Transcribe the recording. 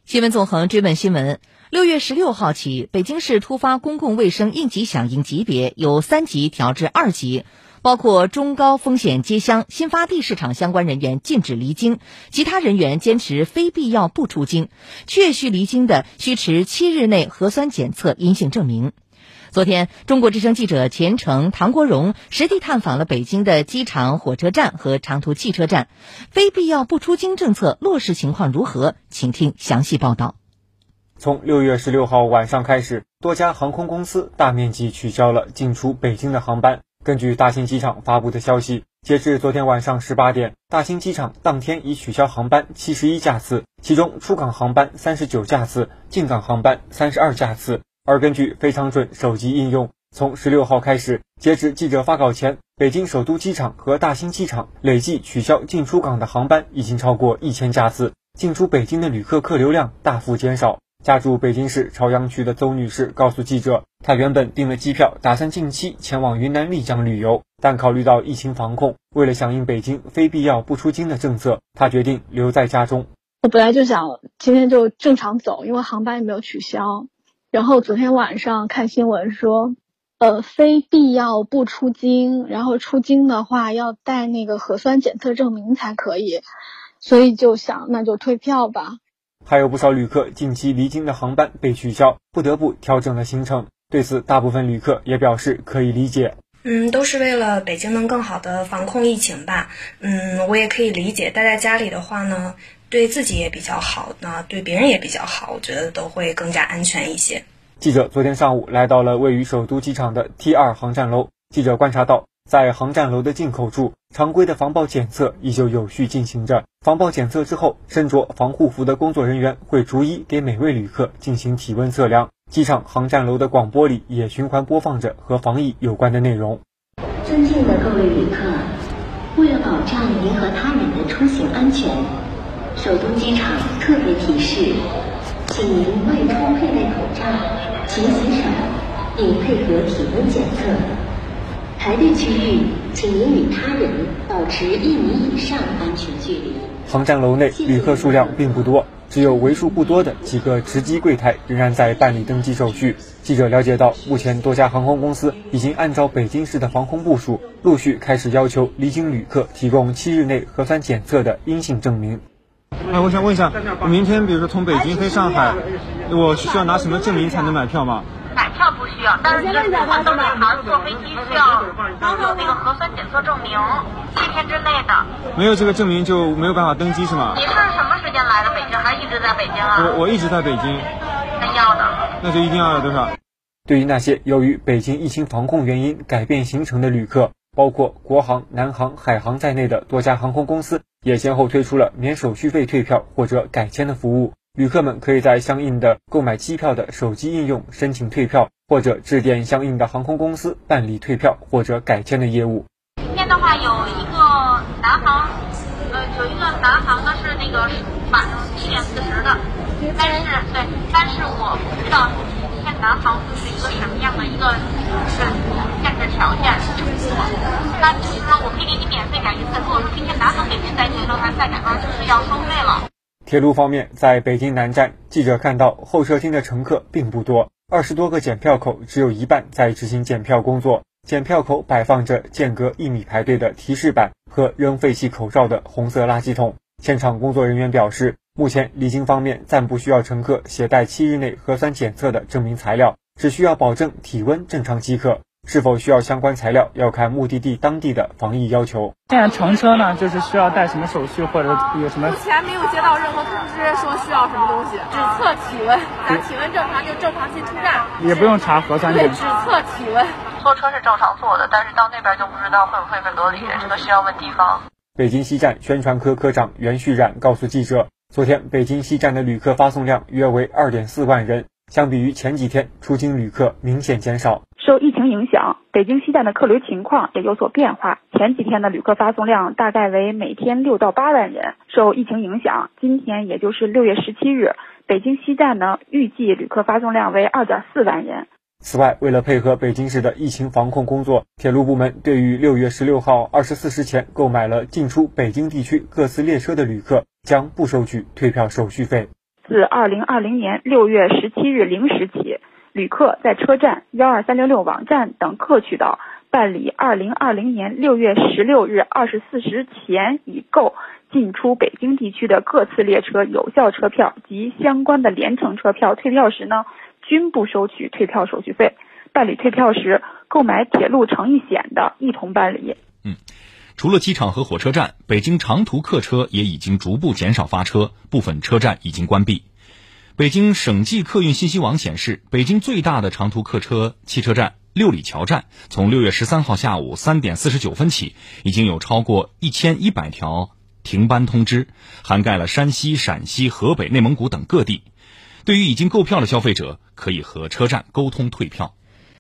新闻纵横追问新闻：6月16号起，北京市突发公共卫生应急响应级别由3级调至2级，包括中高风险街乡、新发地市场相关人员禁止离京，其他人员坚持非必要不出京，确需离京的需持7日内核酸检测阴性证明。昨天，中国之声记者钱程、唐国荣实地探访了北京的机场、火车站和长途汽车站，非必要不出京政策落实情况如何？请听详细报道。 从6月16号晚上开始，多家航空公司大面积取消了进出北京的航班。根据大兴机场发布的消息，截至昨天晚上18点，大兴机场当天已取消航班71架次，其中出港航班39架次，进港航班32架次。而根据非常准手机应用，从16号开始，截至记者发稿前，北京首都机场和大兴机场累计取消进出港的航班已经超过1000架次，进出北京的旅客客流量大幅减少。家住北京市朝阳区的邹女士告诉记者，她原本订了机票，打算近期前往云南丽江旅游，但考虑到疫情防控，为了响应北京非必要不出京的政策，她决定留在家中。 我本来就想今天就正常走，因为航班也没有取消。然后昨天晚上看新闻说，非必要不出京，然后出京的话要带那个核酸检测证明才可以，所以就想那就退票吧。 还有不少旅客近期离京的航班被取消，不得不调整了行程。对此，大部分旅客也表示可以理解。 都是为了北京能更好的防控疫情吧。我也可以理解，待在家里的话呢，对自己也比较好，那对别人也比较好，我觉得都会更加安全一些。 记者昨天上午来到了位于首都机场的 T2 航站楼，记者观察到，在航站楼的进口处，常规的防爆检测依旧有序进行着。防爆检测之后，身着防护服的工作人员会逐一给每位旅客进行体温测量。机场航站楼的广播里也循环播放着和防疫有关的内容。 尊敬的各位旅客，为了保障您和他人的出行安全，首都机场特别提示，请您外出佩戴口罩，勤洗手，并配合体温检测。排队区域，请您与他人保持1米以上安全距离。 航站楼内旅客数量并不多，只有为数不多的几个值机柜台仍然在办理登机手续。记者了解到，目前多家航空公司已经按照北京市的防控部署，陆续开始要求离京旅客提供7日内核酸检测的阴性证明。 我想问一下，我明天比如说从北京飞上海，我需要拿什么证明才能买票吗？ 买票不需要，但是很多女孩坐飞机需要有那个核酸检测证明，7天之内的。 没有这个证明就没有办法登机是吗？ 你是什么时间来的北京，还是一直在北京啊？ 我一直在北京。 那要的。 那就一定要有多少？ 对于那些由于北京疫情防控原因改变行程的旅客，包括国航、南航、海航在内的多家航空公司也先后推出了免手续费退票或者改签的服务。旅客们可以在相应的购买机票的手机应用申请退票，或者致电相应的航空公司办理退票或者改签的业务。 今天的话有一个南航的是那个晚上7点40的，但是我不知道今天南航是一个什么样的一个限制条件。那就是说我可以给你免费改一次，如果说今天南航给您再订的话，再改就是要收费了。 铁路方面，在北京南站，记者看到候车厅的乘客并不多，20多个检票口只有一半在执行检票工作。检票口摆放着间隔1米排队的提示板和扔废弃口罩的红色垃圾桶。现场工作人员表示，目前离京方面暂不需要乘客携带7日内核酸检测的证明材料，只需要保证体温正常即可。是否需要相关材料，要看目的地当地的防疫要求。 现在乘车呢，就是需要带什么手续或者有什么？ 目前没有接到任何通知说需要什么东西，只测体温，咱体温正常就正常进出站， 也不用查核酸证。 对，只测体温。 坐车是正常坐的，但是到那边就不知道会不会被隔离，这个需要问地方。 北京西站宣传科科长袁旭冉告诉记者，昨天北京西站的旅客发送量约为2.4万人，相比于前几天，出京旅客明显减少。 受疫情影响，北京西站的客流情况也有所变化。前几天的旅客发送量大概为每天6到8万人。受疫情影响，今天也就是6月17日，北京西站呢预计旅客发送量为2.4万人。 此外，为了配合北京市的疫情防控工作，铁路部门对于6月16号24时前购买了进出北京地区各次列车的旅客，将不收取退票手续费。 自2020年6月17日0时起，旅客在车站、12366网站等各渠道办理2020年6月16日24时前已购进出北京地区的各次列车有效车票及相关的联程车票退票时呢，均不收取退票手续费。办理退票时，购买铁路诚意险的一同办理。 除了机场和火车站，北京长途客车也已经逐步减少发车，部分车站已经关闭。北京省际客运信息网显示，北京最大的长途客车汽车站六里桥站，从6月13号下午3点49分起，已经有超过1100条停班通知，涵盖了山西、陕西、河北、内蒙古等各地。对于已经购票的消费者，可以和车站沟通退票。